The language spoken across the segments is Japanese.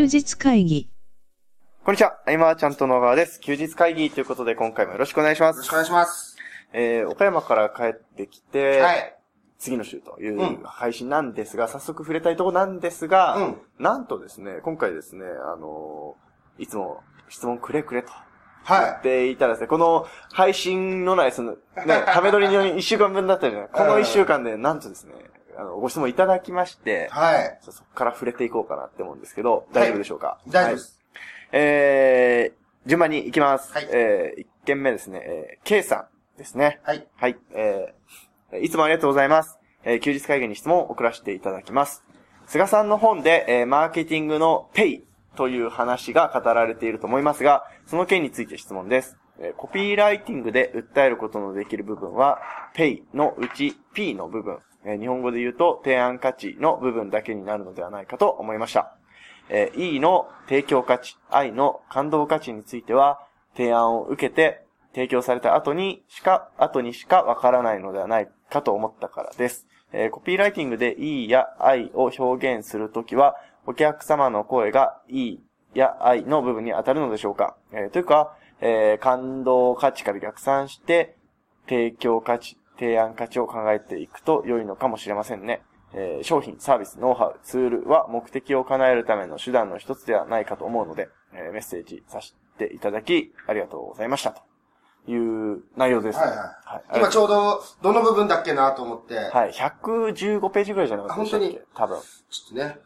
日会議。 こんにちは。今ちゃんと野川です。休日会議ということで今回もよろしくお願いします。 よろしくお願いします。 岡山から帰ってきて、 はい。 次の週という配信なんですが、早速触れたいところなんですが、なんとですね、今回ですね、いつも質問くれと。 はい。 言っていたらですね、この配信のない、ため撮りに1週間分だったじゃない。この1週間で、なんとですね、ご質問いただきまして、 はい。 そこから触れていこうかなって思うんですけど、大丈夫でしょうか？ はい、大丈夫です。 順番に行きます。 はい。 1件目ですね、K さんですね。 はい。 はい。いつもありがとうございます。休日会議に質問を送らせていただきます。菅さんの本で、マーケティングのペイという話が語られていると思いますが、その件について質問です。コピーライティングで訴えることのできる部分は、ペイのうち P の部分、日本語で言うと提案価値の部分だけになるのではないかと思いました。E の提供価値、I の感動価値については、提案を受けて提供された後にしかわからないのではないかと思ったからです。コピーライティングで E や I を表現するときは、お客様の声が E や I の部分に当たるのでしょうか？というか、感動価値から逆算して、提供価値、提案価値を考えていくと良いのかもしれませんね。商品、サービス、ノウハウ、ツールは目的を叶えるための手段の一つではないかと思うので、メッセージさせていただき、ありがとうございました。という内容です。 はいはい。はい、今ちょうど、どの部分だっけなと思って。 はい。115ページぐらいじゃなかったでしたっけ？本当に多分。 ちょっとね。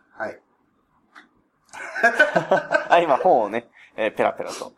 はい。今本をね、ペラペラと。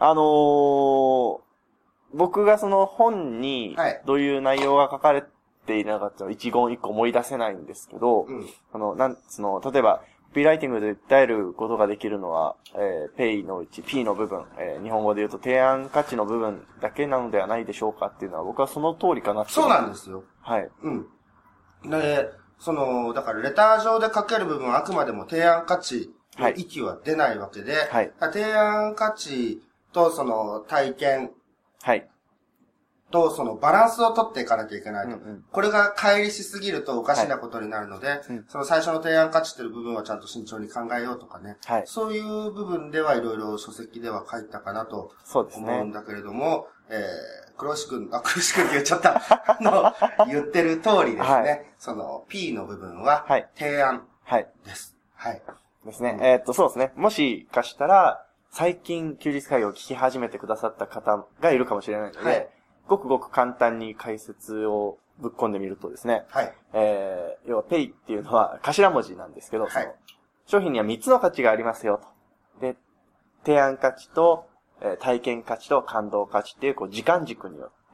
僕がその本に、どういう内容が書かれているのかっていうのを一言一個思い出せないんですけど、例えば、コピーライティングで訴えることができるのは、ペイのうち P の部分、日本語で言うと提案価値の部分だけなのではないでしょうかっていうのは僕はその通りかなって。 そうなんですよ。 はい。 で、だからレター上で書ける部分はあくまでも提案価値の域は出ないわけで、はい、提案価値と体験、 はい。 と、バランスを取っていかなきゃいけないと。これが乖離しすぎるとおかしなことになるので、最初の提案価値っていう部分はちゃんと慎重に考えようとかね。はい。そういう部分ではいろいろ書籍では書いたかなと思うんだけれども、黒石くんって言っちゃった。言ってる通りですね。はい、P の部分は、提案です。はい。 ですね。そうですね。もしかしたら、最近休日会議を聞き始めてくださった方がいるかもしれないので、はい、ごくごく簡単に解説をぶっ込んでみるとですね、はい、要は Pay っていうのは頭文字なんですけど、はい、商品には3つの価値がありますよと。で、提案価値と、体験価値と感動価値っていう時間軸によって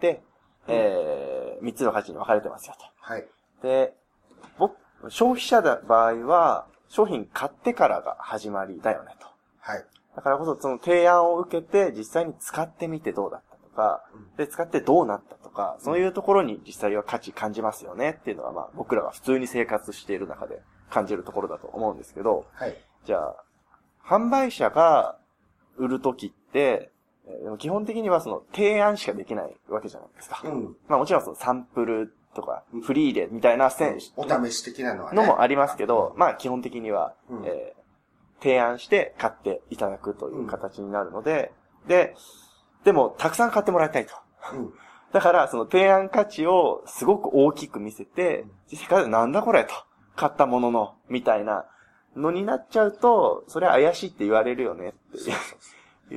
、3つの価値に分かれてますよと。はい、で、消費者の場合は、商品買ってからが始まりだよねと。はい。だからこそその提案を受けて実際に使ってみてどうだったとか、で、使ってどうなったとか、そういうところに実際は価値感じますよねっていうのは僕らが普通に生活している中で感じるところだと思うんですけど、はい。じゃあ、販売者が売るときって、基本的には提案しかできないわけじゃないですか。もちろんサンプルとか、フリーでみたいなお試し的なのはね。 もありますけど、基本的には、提案して買っていただくという形になるので、でも、たくさん買ってもらいたいと。だから、提案価値をすごく大きく見せて、実際なんだこれと。買ったものの、みたいなのになっちゃうと、それは怪しいって言われるよねっていう。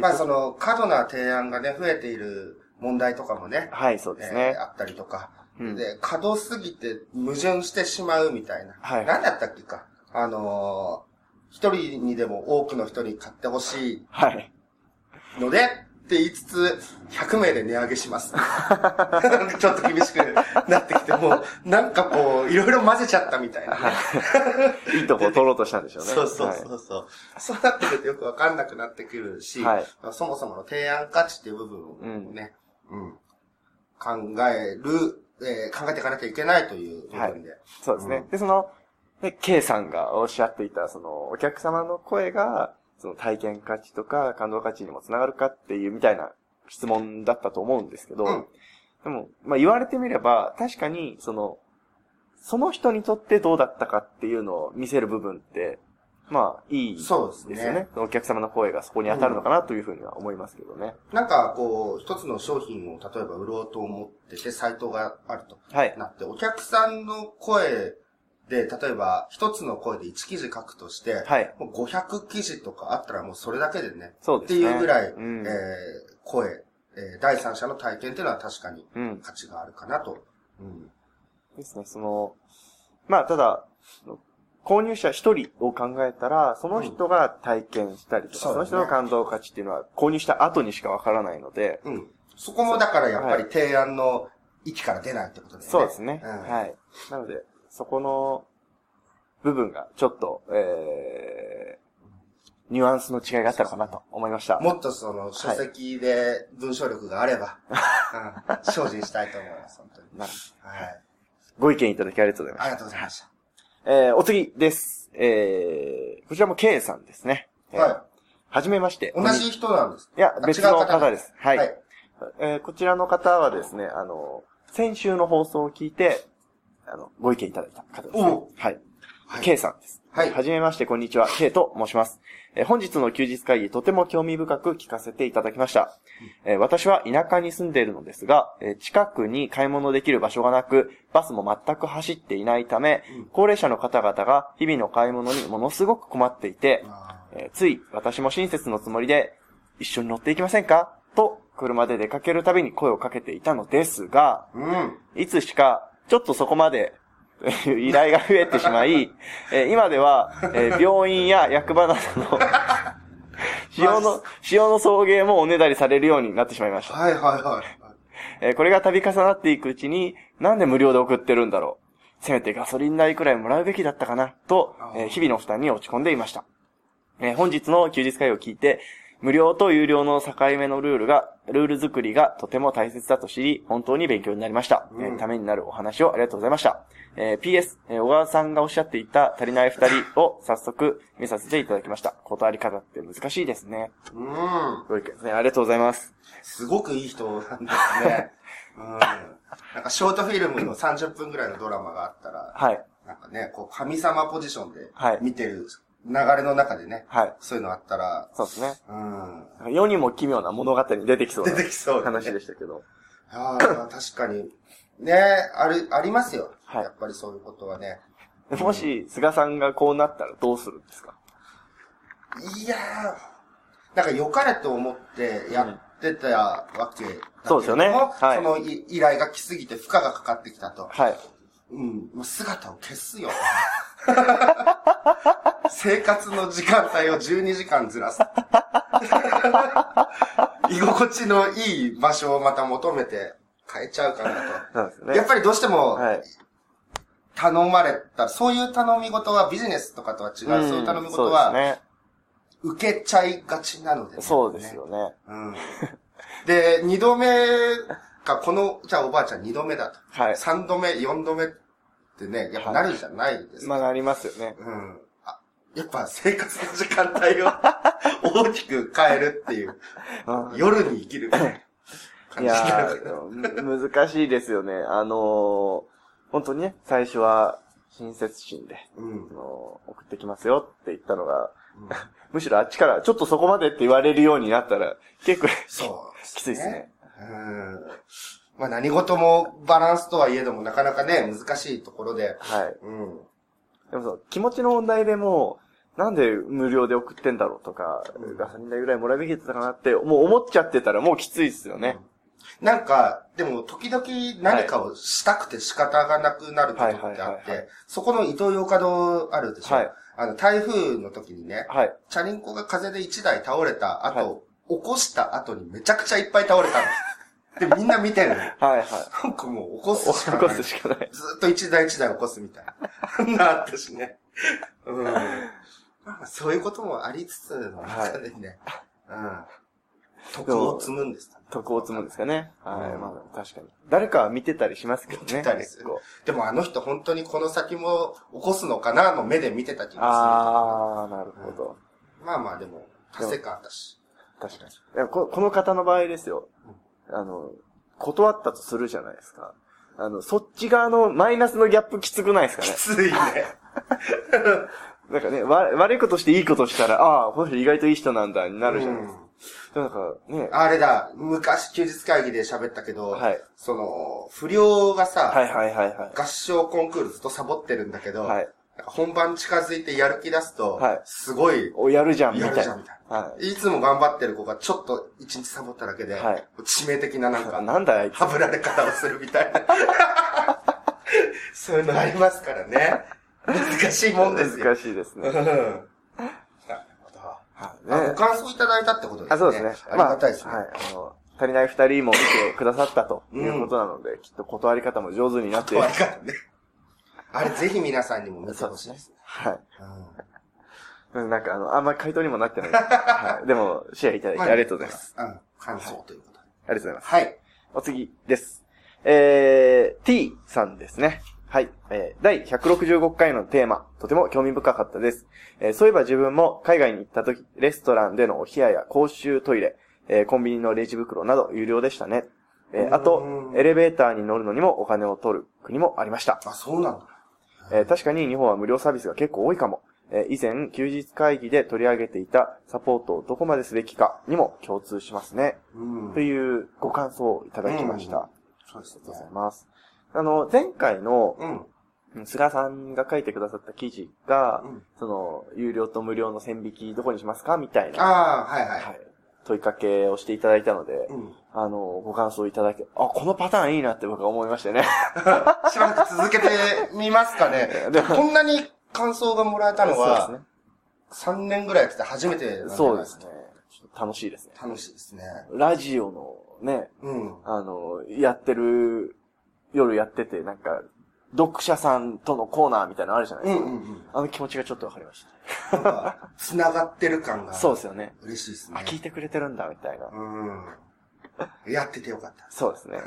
過度な提案がね、増えている問題とかもね。 はい、そうですね。 あったりとか。で、過度すぎて矛盾してしまうみたいな。はい。何だったっけか。一人にでも多くの人に買ってほしい。はい。ので、って言いつつ、100名で値上げします。ちょっと厳しくなってきて、もう、いろいろ混ぜちゃったみたいな、ね。 いいとこ取ろうとしたんでしょうね。 そう。そうなってくるとよくわかんなくなってくるし、はい、そもそもの提案価値っていう部分をね、考えていかなきゃいけないという部分で。 はい、そうですね。で、K さんがおっしゃっていた、お客様の声が、体験価値とか感動価値にもつながるかっていうみたいな質問だったと思うんですけど、でも、言われてみれば、確かに、その人にとってどうだったかっていうのを見せる部分ってまあ、いいですよね。 そうですね。 お客様の声がそこに当たるのかなというふうには思いますけどね。 なんか、こう、一つの商品を例えば売ろうと思ってて、サイトがあると。なって、お客さんの声で、例えば、一つの声で1記事書くとして、もう500記事とかあったらもうそれだけでね。 そうですね。 っていうぐらい、声、第三者の体験っていうのは確かに価値があるかなと。 ですね、まあ、ただ、購入者一人を考えたら、その人が体験したりとか、その人の感動価値っていうのは購入した後にしかわからないので、 そこもだからやっぱり提案の域から出ないってことですね。 そうですね。はい。なので、そこの部分がちょっと、ニュアンスの違いがあったのかなと思いました。 もっと書籍で文章力があれば、精進したいと思います、本当に。 ご意見いただきありがとうございます。 ありがとうございました。 お次です。こちらも K さんですね。はじめまして。 同じ人なんですか？ いや、別の方です。はい。こちらの方はですね、先週の放送を聞いて、ご意見いただいた方ですね。はい。K さんです。はじめまして、こんにちは。K と申します。本日の休日会議、とても興味深く聞かせていただきました。私は田舎に住んでいるのですが、近くに買い物できる場所がなく、バスも全く走っていないため、高齢者の方々が日々の買い物にものすごく困っていて、つい私も親切のつもりで、一緒に乗っていきませんかと、車で出かけるたびに声をかけていたのですが、いつしか、ちょっとそこまで、依頼が増えてしまい、今では、病院や役場などの使用の送迎もおねだりされるようになってしまいました。これが度重なっていくうちに、なんで無料で送ってるんだろう。せめてガソリン代くらいもらうべきだったかな、と、日々の負担に落ち込んでいました。本日の休日会を聞いて、無料と有料の境目のルール作りがとても大切だと知り、本当に勉強になりました。ためになるお話をありがとうございました。PS、小川さんがおっしゃっていた足りない二人を早速見させていただきました。断り方って難しいですね。ご意見ですね。ありがとうございます。 すごくいい人なんですね。なんかショートフィルムの30分ぐらいのドラマがあったら、なんかね、こう神様ポジションで見てる、流れの中でね、そういうのあったら、 そうですね。世にも奇妙な物語に出てきそうな話でしたけど。 確かに。ね、ありますよ。やっぱりそういうことはね。 もし、菅さんがこうなったらどうするんですか？ いやー、なんか良かれと思ってやってたわけだけども、 そうですよね。 その依頼が来すぎて負荷がかかってきたと。もう姿を消すよ。生活の時間帯を12時間ずらす。居心地のいい場所をまた求めて変えちゃうかなと。やっぱりどうしても、頼まれた、そういう頼み事はビジネスとかとは違う、そういう頼み事は、受けちゃいがちなので、ね。 そうですよね。 で、2度目か、じゃあおばあちゃん2度目だと。3度目、4度目ってね、やっぱなるじゃないですか。 まあなりますよね。 やっぱ生活の時間帯を大きく変えるっていう、夜に生きる感じになるけど。 難しいですよね。本当にね、最初は親切心で、送ってきますよって言ったのが、むしろあっちからちょっとそこまでって言われるようになったら結構きついですね。 まあ何事もバランスとはいえどもなかなかね、難しいところで。 でも気持ちの問題でも、なんで無料で送ってんだろうとか、ガソリン代ぐらいもらうべきだったかなって、もう思っちゃってたらもうきついですよね。 なんか、でも時々何かをしたくて仕方がなくなることってあって、そこのイトーヨーカドーあるでしょ。台風の時にね、チャリンコが風で1台倒れた後、起こした後にめちゃくちゃいっぱい倒れたの。で、みんな見てるの。なんかもう起こすしかない。ずっと一台一台起こすみたいな。なったしね。そういうこともありつつの中でね。徳を積むんですかね。 徳を積むんですかね。まあ確かに。誰かは見てたりしますけどね。 見てたりする。でもあの人本当にこの先も起こすのかなの目で見てた気がする。 なるほど。 まあまあでも、達成感あったし。 確かに。この方の場合ですよ。断ったとするじゃないですか。そっち側のマイナスのギャップきつくないですかね。 きついね。 なんかね、悪いことしていいことしたら、ああ、この人意外といい人なんだ、になるじゃないですか。でもなんかね。 あれだ、昔休日会議で喋ったけど、 はい。 不良がさ、 はいはいはいはい。 合唱コンクールずっとサボってるんだけど、 はい。 なんか本番近づいてやる気出すと、 はい。 すごい、 やるじゃん、みたいな。 やるじゃん、みたいな。はい。いつも頑張ってる子がちょっと一日サボっただけで、はい。致命的ななんか、 なんだあいつ。 はぶられ方をするみたいな。そういうのありますからね。難しいもんですよ。 難しいですね。 ご感想いただいたってことですね。 そうですね。 ありがたいですね。はい。 足りない二人も見てくださったということなので、きっと断り方も上手になっている。 断り方ね。あれぜひ皆さんにも見てほしいですね。 はい。なんかあんまり回答にもなってない。はい。でも、シェアいただいてありがとうございます。 感想ということで。 ありがとうございます。 はい。 お次です。T さんですね。はい。第165回のテーマ、とても興味深かったです。そういえば自分も海外に行った時、レストランでのお部屋や公衆トイレ、コンビニのレジ袋など有料でしたね。あと、エレベーターに乗るのにもお金を取る国もありました。 あ、そうなんだ。 確かに日本は無料サービスが結構多いかも。以前、休日会議で取り上げていたサポートをどこまですべきかにも共通しますね。というご感想をいただきました。 そうですね。 ありがとうございます。前回の、菅さんが書いてくださった記事が、有料と無料の線引きどこにしますかみたいな。 はいはい。 問いかけをしていただいたので、ご感想いただけ、このパターンいいなって僕は思いましてね。 しばらく続けてみますかね。こんなに感想がもらえたのは、3年ぐらいやってて初めてなんじゃないですか。 そうですね。楽しいですね。 楽しいですね。 ラジオのね、やってる、夜やってて、なんか、読者さんとのコーナーみたいなのあるじゃないですか。あの気持ちがちょっとわかりました。 なんか、繋がってる感が。 そうですよね。 嬉しいですね。 聞いてくれてるんだ、みたいな。 やっててよかった。 そうですね。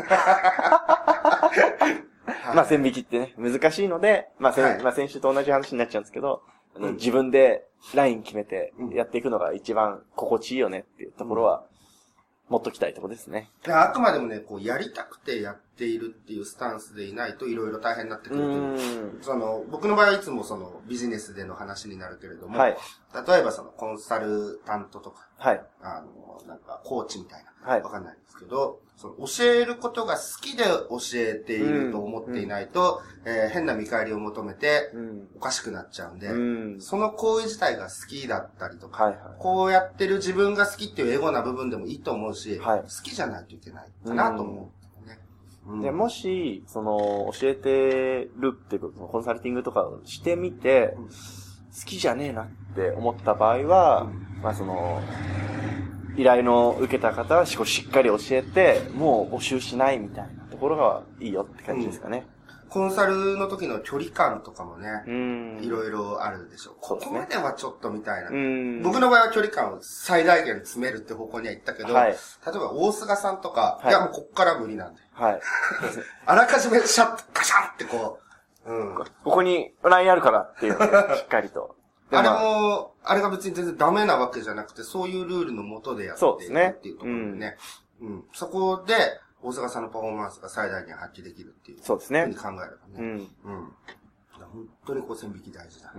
線引きってね、難しいので、先週と同じ話になっちゃうんですけど、自分でライン決めてやっていくのが一番心地いいよねっていうところは、もっときたいところですね。 あくまでもね、やりたくてやっているっていうスタンスでいないといろいろ大変になってくるという。僕の場合はいつもビジネスでの話になるけれども、例えばコンサルタントとか、なんかコーチみたいな、わかんないんですけど、教えることが好きで教えていると思っていないと、変な見返りを求めて、おかしくなっちゃうんで、その行為自体が好きだったりとか、こうやってる自分が好きっていうエゴな部分でもいいと思うし、好きじゃないといけないかなと思う。 で、もし、教えてるっていうコンサルティングとかをしてみて、好きじゃねえなって思った場合は、依頼の受けた方はしっかり教えて、もう募集しないみたいなところがいいよって感じですかね。 コンサルの時の距離感とかもね、いろいろあるでしょう。ここまではちょっとみたいな。僕の場合は距離感を最大限詰めるって方向には行ったけど、例えば大菅さんとか、いやもうこっから無理なんで。あらかじめガシャってここに LINE あるからっていうのをしっかりと。 あれが別に全然ダメなわけじゃなくて、そういうルールの下でやっているっていうところでね。そこで、大阪さんのパフォーマンスが最大限発揮できるっていう。 そうですね。 ふうに考えればね。本当に線引き大事だ。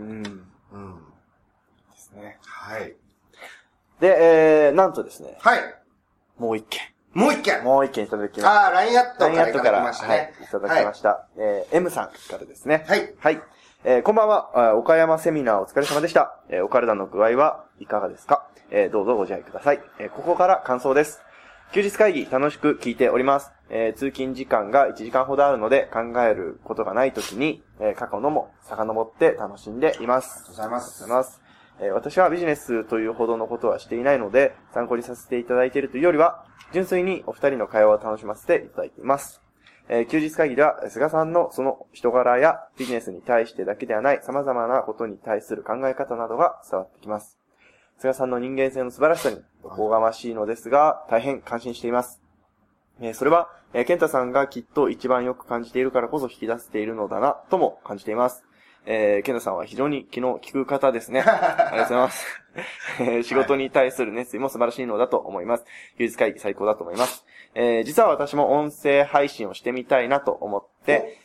ですね。 はい。 で、なんとですね。 はい。 もう一件いただきました。 LINE アットからいただきましたね。 いただきました。M さんからですね。 はい。 こんばんは。岡山セミナーお疲れ様でした。お体の具合はいかがですか？どうぞご自愛ください。ここから感想です。休日会議楽しく聞いております。通勤時間が1時間ほどあるので考えることがないときに、過去のも遡って楽しんでいます。 ありがとうございます。 私はビジネスというほどのことはしていないので、参考にさせていただいているというよりは、純粋にお二人の会話を楽しませていただいています。休日会議では、菅さんのその人柄やビジネスに対してだけではない様々なことに対する考え方などが伝わってきます。菅さんの人間性の素晴らしさにおこがましいのですが、大変感心しています。それは、健太さんがきっと一番よく感じているからこそ引き出せているのだな、とも感じています。健太さんは非常に気の利く方ですね。ありがとうございます。仕事に対する熱意も素晴らしいのだと思います。休日会議最高だと思います。実は私も音声配信をしてみたいなと思って、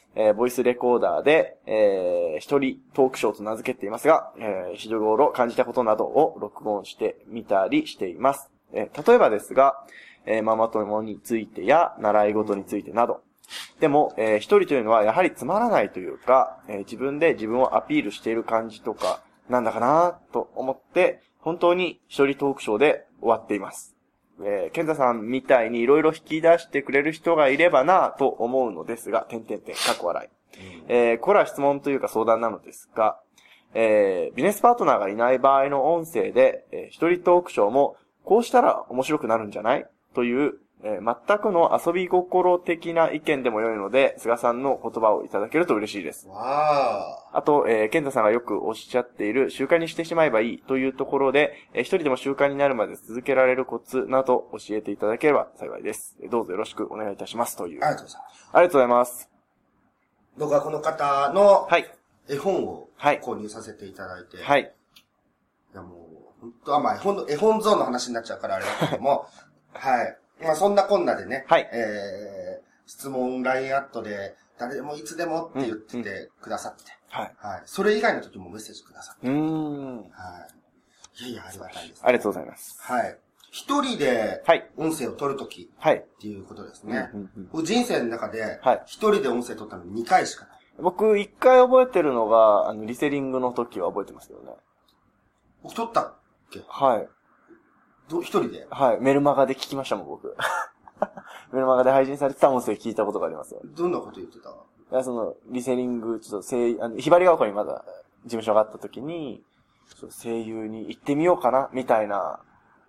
ボイスレコーダーで、一人トークショーと名付けていますが、日頃感じたことなどを録音してみたりしています。例えばですが、ママ友についてや習い事についてなど。でも、一人というのはやはりつまらないというか、自分で自分をアピールしている感じとか、なんだかなと思って、本当に一人トークショーで終わっています。健太さんみたいにいろいろ引き出してくれる人がいればなと思うのですが、かっこ笑い。これは質問というか相談なのですが、ビジネスパートナーがいない場合の音声で、一人トークショーもこうしたら面白くなるんじゃないという、全くの遊び心的な意見でも良いので、菅さんの言葉をいただけると嬉しいです。あと、健太さんがよくおっしゃっている習慣にしてしまえばいいというところで、一人でも習慣になるまで続けられるコツなど教えていただければ幸いです。どうぞよろしくお願いいたしますという。 ありがとうございます。 ありがとうございます。 僕はこの方のはい。 絵本を購入させていただいて、 はい。 いやもう、本当はまあ絵本ゾーンの話になっちゃうからあれだけども、はい。まあそんなこんなでね、 はい。 質問 LINE アットで誰でもいつでもって言っててくださって、 はい。 はい。それ以外の時もメッセージくださって。はい。いや、ありがたいです、ね。 ありがとうございます。 はい。一人で音声を取るときっていうことですね。人生の中で一人で音声取ったの2回しかない。 僕1回覚えてるのが、リセリングの時は覚えてますよね。 僕取ったっけ？ はい。 一人で？ はい。メルマガで聞きましたもん、僕。メルマガで配信されてた音声聞いたことがありますよ。 どんなこと言ってた？ いや、リセリング、ちょっとひばりが丘にまだ事務所があった時に、声優に行ってみようかな、みたいな。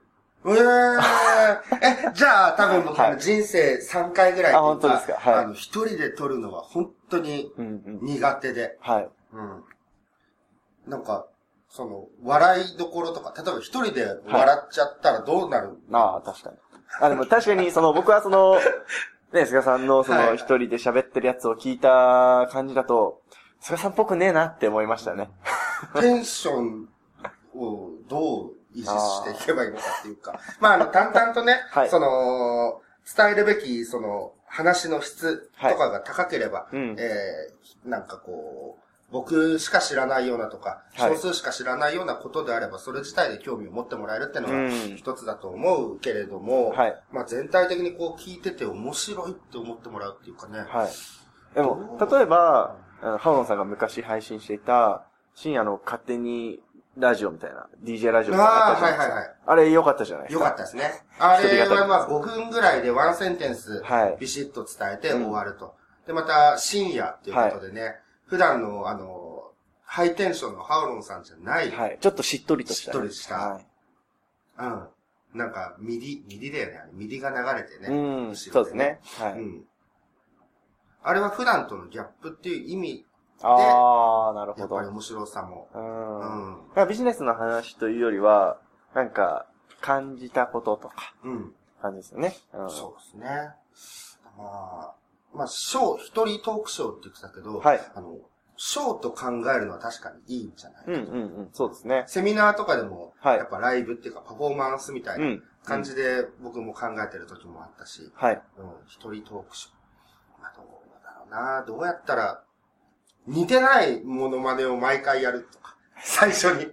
じゃあ、多分僕、人生3回ぐらい。 あ、本当ですか。はい。 一人で撮るのは本当に苦手で。 はい。 なんか、笑いどころとか、例えば一人で笑っちゃったらどうなる？ ああ、確かに。でも確かに、僕はね、菅さんの一人で喋ってるやつを聞いた感じだと、菅さんっぽくねえなって思いましたね。 テンションをどう維持していけばいいのかっていうか。まあ、淡々とね、伝えるべき、話の質とかが高ければ、なんかこう、僕しか知らないようなとか、少数しか知らないようなことであれば、それ自体で興味を持ってもらえるっていうのが一つだと思うけれども、まあ全体的にこう聞いてて面白いって思ってもらうっていうかね。 はい。でも、例えば、ハオロンさんが昔配信していた、深夜の勝手にラジオみたいな、DJ ラジオみたいなあったじゃないですか。あれ良かったじゃないですか。 良かったですね。あれはまあ5分ぐらいでワンセンテンスビシッと伝えて終わると。で、また深夜っていうことでね、普段のハイテンションのハオロンさんじゃない。 はい。ちょっとしっとりとした。 しっとりした。はい。なんか、ミディだよね。ミディが流れてね。 そうですね。はい。 あれは普段とのギャップっていう意味で、 なるほど。 やっぱり面白さも。 ビジネスの話というよりは、なんか、感じたこととか。感じですよね。 そうですね。まあ、一人トークショーって言ってたけど、ショーと考えるのは確かにいいんじゃないかと。 そうですね。 セミナーとかでも、やっぱライブっていうかパフォーマンスみたいな感じで僕も考えてる時もあったし、一人トークショー。まあ、どうだろうな。どうやったら、似てないモノマネを毎回やるとか、最初に。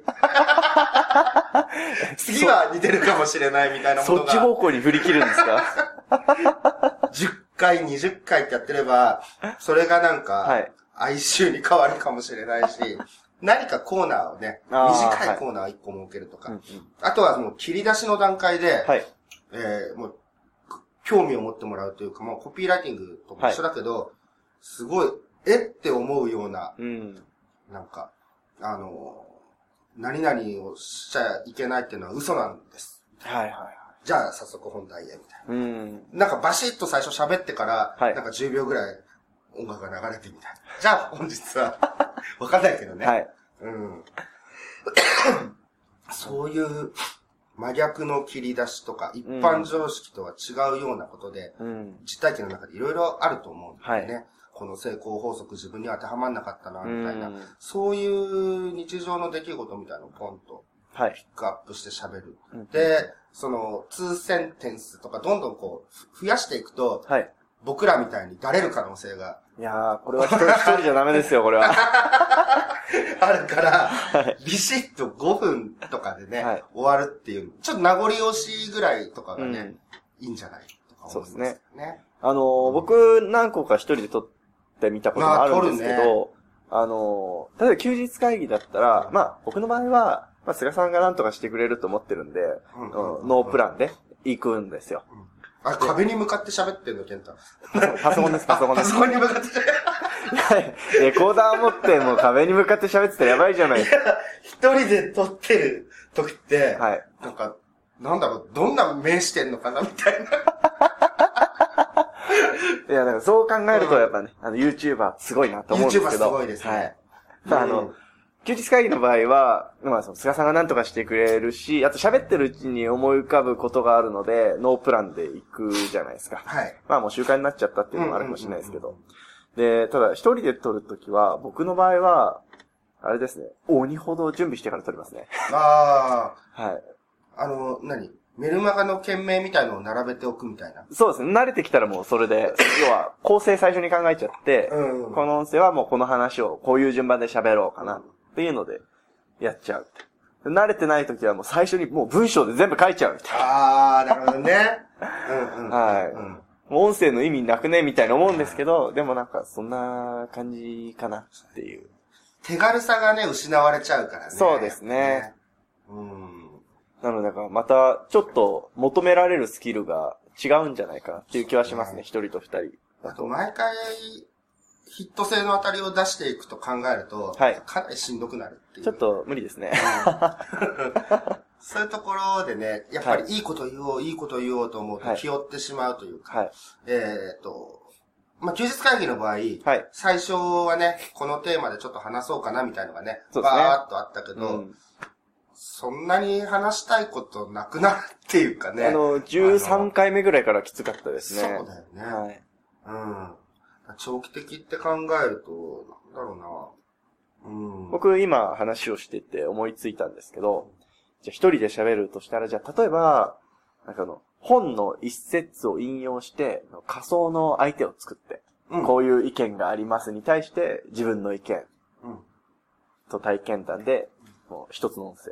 次は似てるかもしれないみたいなものが。 そっち方向に振り切るんですか ？10回、20回ってやってれば、それがなんか、哀愁に変わるかもしれないし、何かコーナーをね、短いコーナー1個設けるとか、あとはもう切り出しの段階で、もう、興味を持ってもらうというか、もうコピーライティングとも一緒だけど、すごい、って思うような、なんか、何々をしちゃいけないっていうのは嘘なんです。じゃあ、早速本題へ、みたいな。なんかバシッと最初喋ってから、なんか10秒ぐらい音楽が流れてみたいな。じゃあ、本日は、わかんないけどね。そういう真逆の切り出しとか、一般常識とは違うようなことで、実体験の中でいろいろあると思うんだよね。この成功法則自分に当てはまんなかったな、みたいな。そういう日常の出来事みたいなのをポンと、ピックアップして喋る。2センテンスとかどんどんこう、増やしていくと、 僕らみたいにだれる可能性が。 いやー、これは一人じゃダメですよ、これは。 あるから、ビシッと5分とかでね、終わるっていう、ちょっと名残惜しいぐらいとかがね、いいんじゃないとか思いますね。そうですね。 僕何個か一人で撮ってみたことがあるんですけど、例えば休日会議だったら、まあ僕の場合は、まあ菅さんが何とかしてくれると思ってるんで、ノープランで行くんですよ。 壁に向かって喋ってんの、ケンタ。 パソコンです、パソコンです。 パソコンに向かって喋る。レコーダー持ってもう壁に向かって喋ってたらやばいじゃないですか。 一人で撮ってる時って、なんか、なんだろう、どんな目してんのかなみたいな。 いや、だからそう考えるとやっぱね、YouTuber すごいなと思うんですけど。 YouTuber すごいですね。 休日会議の場合は、まあ、菅さんが何とかしてくれるし、あと喋ってるうちに思い浮かぶことがあるので、ノープランで行くじゃないですか。まあもう習慣になっちゃったっていうのもあるかもしれないですけど。で、ただ一人で撮るときは、僕の場合は、あれですね、鬼ほど準備してから撮りますね。 メルマガの件名みたいのを並べておくみたいな。 そうですね。慣れてきたらもうそれで、要は構成最初に考えちゃって、この音声はもうこの話をこういう順番で喋ろうかなっていうのでやっちゃう。慣れてない時はもう最初にもう文章で全部書いちゃうみたいな。 なるほどね。 もう音声の意味なくねみたいな思うんですけど、でもなんかそんな感じかなっていう。 手軽さがね、失われちゃうからね。 そうですね。なので、また、ちょっと求められるスキルが違うんじゃないかなっていう気はしますね、一人と二人だと。 毎回、ヒット性の当たりを出していくと考えると、かなりしんどくなるっていう。 ちょっと無理ですね。 そういうところでね、やっぱりいいこと言おうと思うと気負ってしまうというか、まあ、休日会議の場合、最初はね、このテーマでちょっと話そうかなみたいのがね、バーっとあったけど、そんなに話したいことなくなるっていうかね。 13回目ぐらいからきつかったですね。 そうだよね。長期的って考えると、なんだろうな。 僕今話をしてて思いついたんですけど、じゃあ一人で喋るとしたら、じゃあ例えば、なんか本の一節を引用して、仮想の相手を作って、こういう意見がありますに対して自分の意見と体験談で、もう一つの音声。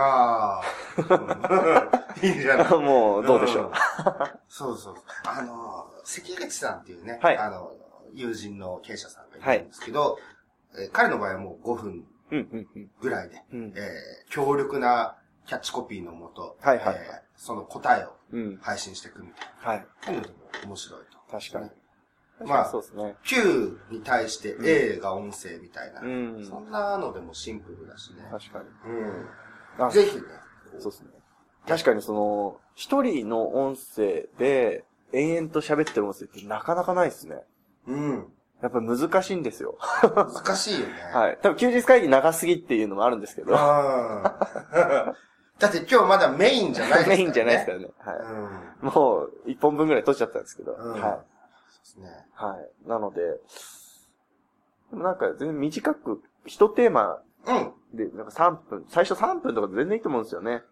いいじゃない。 もう、どうでしょう。 そうそう。関口さんっていうね、友人の経営者さんがいるんですけど、彼の場合はもう5分ぐらいで、強力なキャッチコピーのもと、その答えを配信していくみたいな。そういうのでも面白いと。 確かに。 まあ、 そうですね。 Q に対して A が音声みたいな。そんなのでもシンプルだしね。 確かに。 ぜひね。 そうですね。確かに一人の音声で延々と喋ってる音声ってなかなかないですね。やっぱり難しいんですよ。 難しいよね。 多分休日会議長すぎっていうのもあるんですけど。 だって今日まだメインじゃないですからね。 メインじゃないですからね。もう1本分ぐらい撮っちゃったんですけど。 そうですね。 なので、でもなんか全然短く、一テーマで、なんか3分、最初3分とかで全然いいと思うんですよね。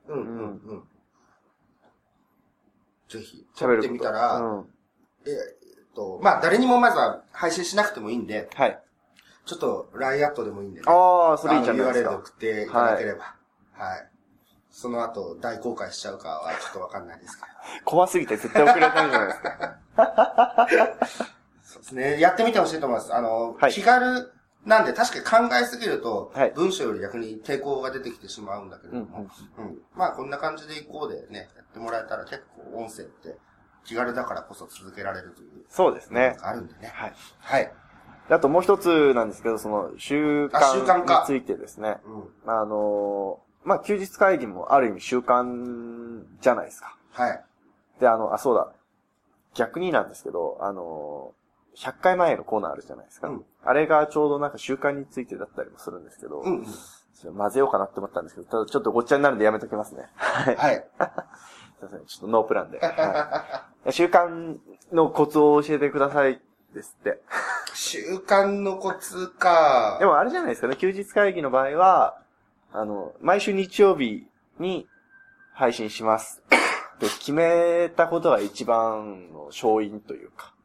ぜひ、喋ってみたら、まあ、誰にもまずは配信しなくてもいいんで、ちょっと LINE アットでもいいんでね。 それいいじゃないですか。 URL で送っていただければ。その後、大公開しちゃうかはちょっとわかんないですけど。 怖すぎて絶対送れないじゃないですか。 そうですね。やってみてほしいと思います。気軽なんで確かに考えすぎると、文章より逆に抵抗が出てきてしまうんだけれども、まあこんな感じでいこうでね、やってもらえたら結構音声って気軽だからこそ続けられるという。 そうですね。 あるんでね。 あともう一つなんですけど、習慣についてですね。まあ休日会議もある意味習慣じゃないですか。で、そうだ。逆になんですけど、100回前のコーナーあるじゃないですか。あれがちょうどなんか習慣についてだったりもするんですけど、混ぜようかなって思ったんですけど、ただちょっとごっちゃになるんでやめときますね。すいません、ちょっとノープランで。習慣のコツを教えてくださいですって。 習慣のコツか。 でもあれじゃないですかね、休日会議の場合は、毎週日曜日に配信しますって決めたことが一番の勝因というか、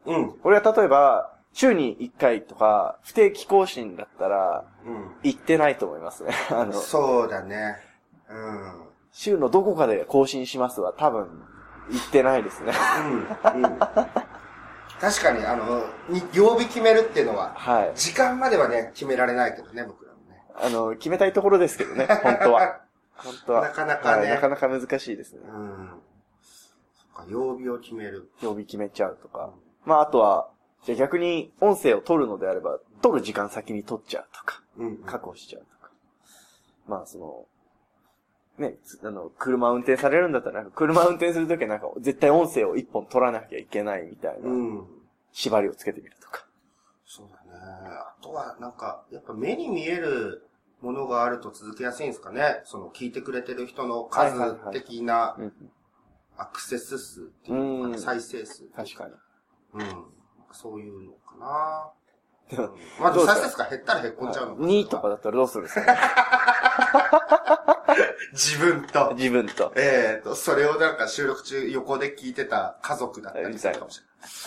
うん。俺は例えば、週に1回とか、不定期更新だったら、行ってないと思いますね。 そうだね。うん。 週のどこかで更新しますは多分、行ってないですね。 うん。うん。確かに、曜日決めるっていうのは、 はい。 時間まではね、決められないけどね、僕らもね。 決めたいところですけどね、本当は。本当は。 なかなかね。 はい、なかなか難しいですね。 うん。そっか、曜日を決める。 曜日決めちゃうとか。まあ、あとは、じゃあ逆に音声を取るのであれば、取る時間先に取っちゃうとか。うん。確保しちゃうとか。まあ、ね、車運転されるんだったら、車運転するときは絶対音声を一本取らなきゃいけないみたいな、縛りをつけてみるとか。 そうだね。あとは、やっぱ目に見えるものがあると続けやすいんですかね。聞いてくれてる人の数的な、アクセス数っていうか、再生数。 確かに。 うん。そういうのかな。まあ、再生数が減ったら減っこんちゃうのかな。 2とかだったらどうするんですか自分と。 自分と。 それを収録中横で聞いてた家族だったりするかもし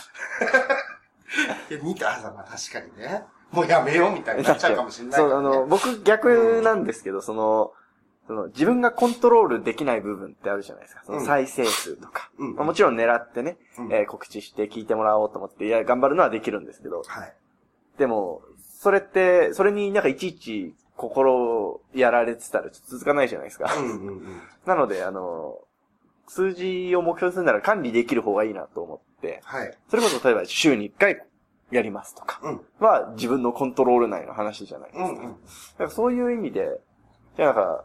れない。2と、まあ確かにね。もうやめようみたいになっちゃうかもしれない、ね。 そう、僕逆なんですけど、自分がコントロールできない部分ってあるじゃないですか。再生数とか。まあ、もちろん狙ってね、告知して聞いてもらおうと思って、頑張るのはできるんですけど。はい。でも、それにいちいち心やられてたらちょっと続かないじゃないですか。なので、数字を目標にするなら管理できる方がいいなと思って、はい。それこそ例えば週に1回やりますとかは自分のコントロール内の話じゃないですか。だからそういう意味で、じゃあ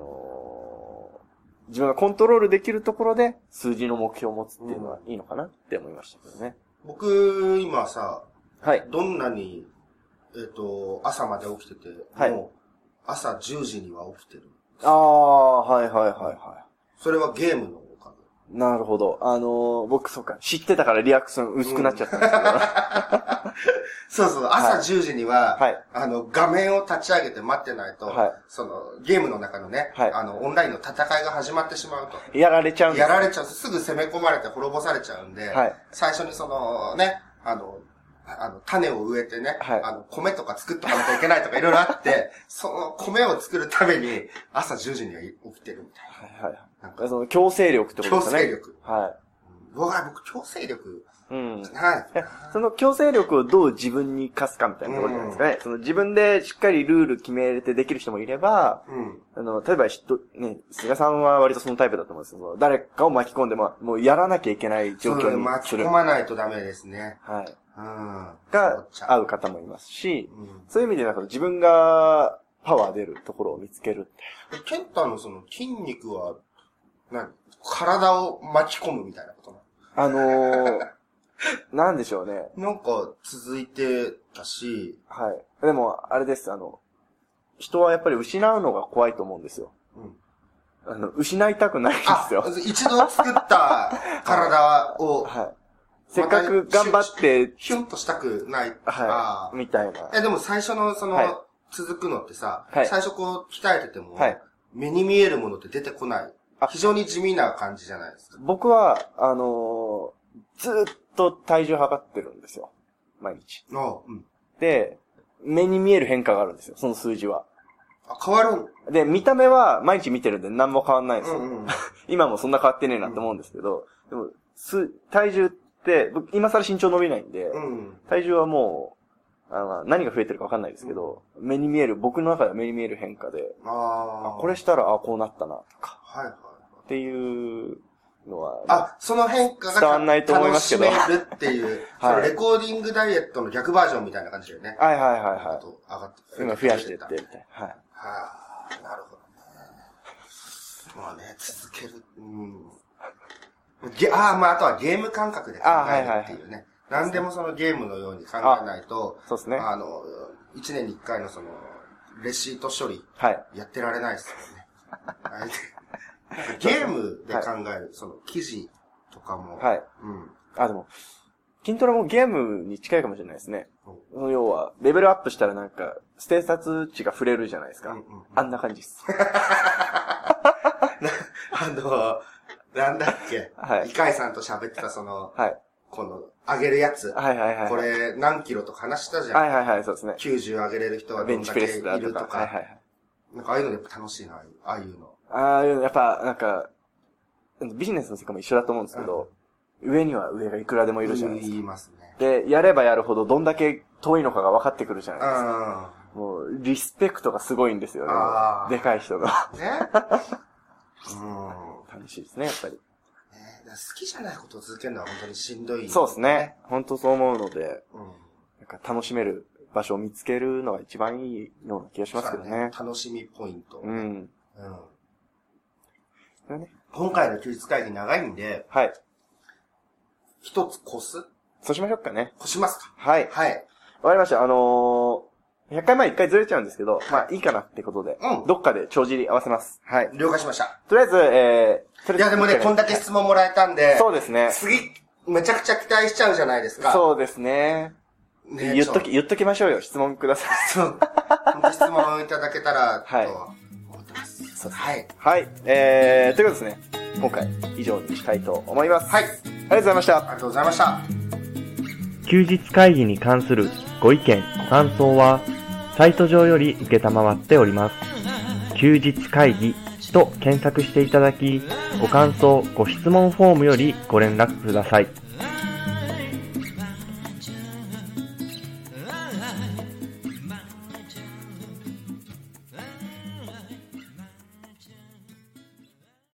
自分がコントロールできるところで数字の目標を持つっていうのはいいのかなって思いましたけどね。 僕、今さ、 はい。 どんなに、朝まで起きてて、はい。もう、朝10時には起きてる。 ああ、はいはいはいはい。 それはゲームのおかげ。なるほど。僕そうか、知ってたからリアクション薄くなっちゃったんですけど。 そうそう、朝10時には、はい。画面を立ち上げて待ってないと、はい。ゲームの中のね、はい。オンラインの戦いが始まってしまうと。 やられちゃうんです。 やられちゃう。すぐ攻め込まれて滅ぼされちゃうんで、はい。最初にね、種を植えてね、はい、米とか作っとかなきゃいけないとかいろいろあって、その米を作るために朝10時には起きてるみたいな。はいはい。 強制力ってことですね。 強制力。 はい。 僕、強制力。 うん。はい。その強制力をどう自分に課すかみたいなところじゃないですかね。自分でしっかりルール決めてできる人もいれば、例えばね、菅さんは割とそのタイプだと思うんですけど、誰かを巻き込んでもうやらなきゃいけない状況にする。 巻き込まないとダメですね。 はい。が合う方もいますし、そういう意味で自分がパワー出るところを見つけるって。 ケンタの筋肉は、体を巻き込むみたいなことなんでしょうね。 続いてたし。 はい。でも、あれです。人はやっぱり失うのが怖いと思うんですよ。失いたくないんですよ。 一度作った体を、 はい。せっかく頑張って、 ヒュンとしたくない。 はい。みたいな。 でも最初の続くのってさ、最初鍛えてても、目に見えるものって出てこない。非常に地味な感じじゃないですか。 僕は、ずーっと体重測ってるんですよ。毎日。で、目に見える変化があるんですよ、その数字は。 変わるで、見た目は毎日見てるんで何も変わんないんですよ。今もそんな変わってねえなって思うんですけど、でも、体重って、僕今更身長伸びないんで、体重はもう、何が増えてるか分かんないですけど、僕の中では目に見える変化で、これしたら、こうなったな、とか。っていうのは、 その変化が伝わんないと思いますけど。 楽しめるっていう、レコーディングダイエットの逆バージョンみたいな感じだよね。 はい。 上がって今増やしていって、みたいな。はい。 なるほどね。まあね、続ける。あとはゲーム感覚で考えるっていうね。何でもゲームのように考えないと、 そうですね。 1年に1回のレシート処理、やってられないですよね。ゲームで考える、記事とかも。 はい。でも、筋トレもゲームに近いかもしれないですね。要は、レベルアップしたらステータス値が触れるじゃないですか。あんな感じです。 なんだっけ、イカイさんと喋ってたこの、 上げるやつ。 はいはいはい。 これ何キロとか話したじゃん。 はいはいはい、そうですね。 90上げれる人はどんだけいるとか。 はいはいはい。 なんかああいうのやっぱ楽しいな、ああいうの。 ああいうの、やっぱなんか、ビジネスの世界も一緒だと思うんですけど、上には上がいくらでもいるじゃないですか。 言いますね。 で、やればやるほどどんだけ遠いのかが分かってくるじゃないですか。 もう、リスペクトがすごいんですよね。でかい人が。ね。楽しいですね、やっぱり。 好きじゃないことを続けるのは本当にしんどい。 そうですね。本当そう思うので、なんか楽しめる場所を見つけるのが一番いいような気がしますけどね。 楽しみポイント。今回の休日会議長いんで、はい。一つ越す？ そうしましょうかね。 越しますか？ はい。はい。わかりました。100回前1回ずれちゃうんですけど、まあいいかなってことで、どっかで帳尻合わせます。はい。 了解しました。 とりあえず、いやでもね、こんだけ質問もらえたんで、 そうですね。 次、めちゃくちゃ期待しちゃうじゃないですか。 そうですね。言っときましょうよ。質問ください。そう。 本当質問いただけたら、と思ってます。そうです。はい。 はい。ということですね。今回、以上にしたいと思います。はい。ありがとうございました。 ありがとうございました。 休日会議に関するご意見、ご感想は、サイト上より受けたまわっております。休日会議と検索していただき、ご感想、ご質問フォームよりご連絡ください。